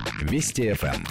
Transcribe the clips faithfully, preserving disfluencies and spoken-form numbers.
Вести эф эм.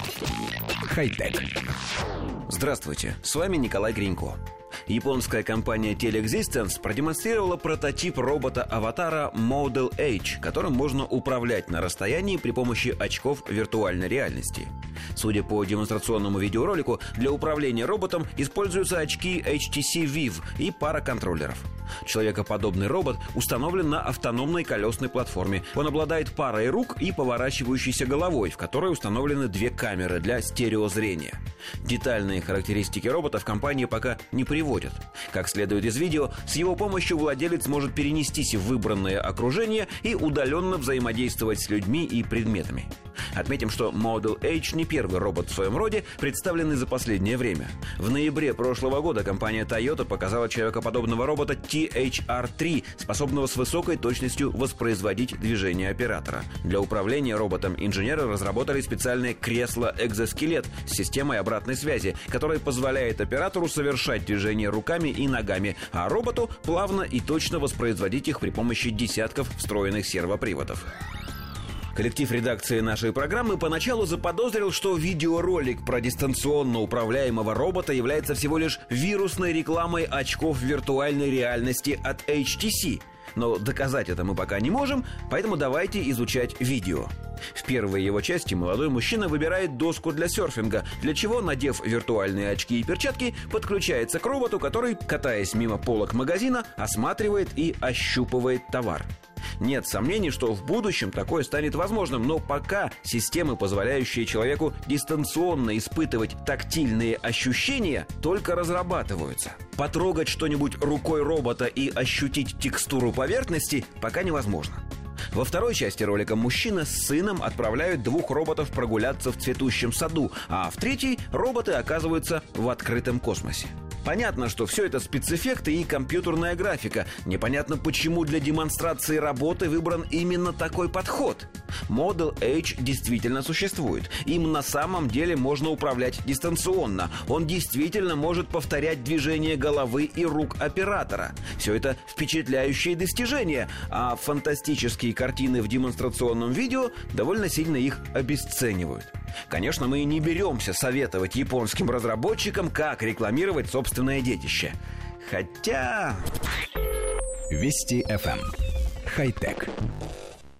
Хай-тек. Здравствуйте, с вами Николай Гринько. Японская компания Telexistence продемонстрировала прототип робота-аватара Model H, которым можно управлять на расстоянии при помощи очков виртуальной реальности. Судя по демонстрационному видеоролику, для управления роботом используются очки эйч ти си Vive и пара контроллеров. Человекоподобный робот установлен на автономной колесной платформе. Он обладает парой рук и поворачивающейся головой, в которой установлены две камеры для стереозрения. Детальные характеристики робота в компании пока не приводят. Как следует из видео, с его помощью владелец может перенестись в выбранное окружение и удаленно взаимодействовать с людьми и предметами. Отметим, что Model H не первый робот в своем роде, представленный за последнее время. В ноябре прошлого года компания Toyota показала человекоподобного робота ти эйч ар три, способного с высокой точностью воспроизводить движения оператора. Для управления роботом инженеры разработали специальное кресло-экзоскелет с системой обратной связи, которое позволяет оператору совершать движения руками и ногами, а роботу плавно и точно воспроизводить их при помощи десятков встроенных сервоприводов. Коллектив редакции нашей программы поначалу заподозрил, что видеоролик про дистанционно управляемого робота является всего лишь вирусной рекламой очков виртуальной реальности от эйч ти си. Но доказать это мы пока не можем, поэтому давайте изучать видео. В первой его части молодой мужчина выбирает доску для серфинга, для чего, надев виртуальные очки и перчатки, подключается к роботу, который, катаясь мимо полок магазина, осматривает и ощупывает товар. Нет сомнений, что в будущем такое станет возможным, но пока системы, позволяющие человеку дистанционно испытывать тактильные ощущения, только разрабатываются. Потрогать что-нибудь рукой робота и ощутить текстуру поверхности пока невозможно. Во второй части ролика мужчина с сыном отправляют двух роботов прогуляться в цветущем саду, а в третьей роботы оказываются в открытом космосе. Понятно, что все это спецэффекты и компьютерная графика. Непонятно, почему для демонстрации работы выбран именно такой подход. Model H действительно существует. Им на самом деле можно управлять дистанционно. Он действительно может повторять движения головы и рук оператора. Все это впечатляющие достижения, а фантастические картины в демонстрационном видео довольно сильно их обесценивают. Конечно, мы не беремся советовать японским разработчикам, как рекламировать собственное детище. Хотя... Вести эф эм. Хай-тек.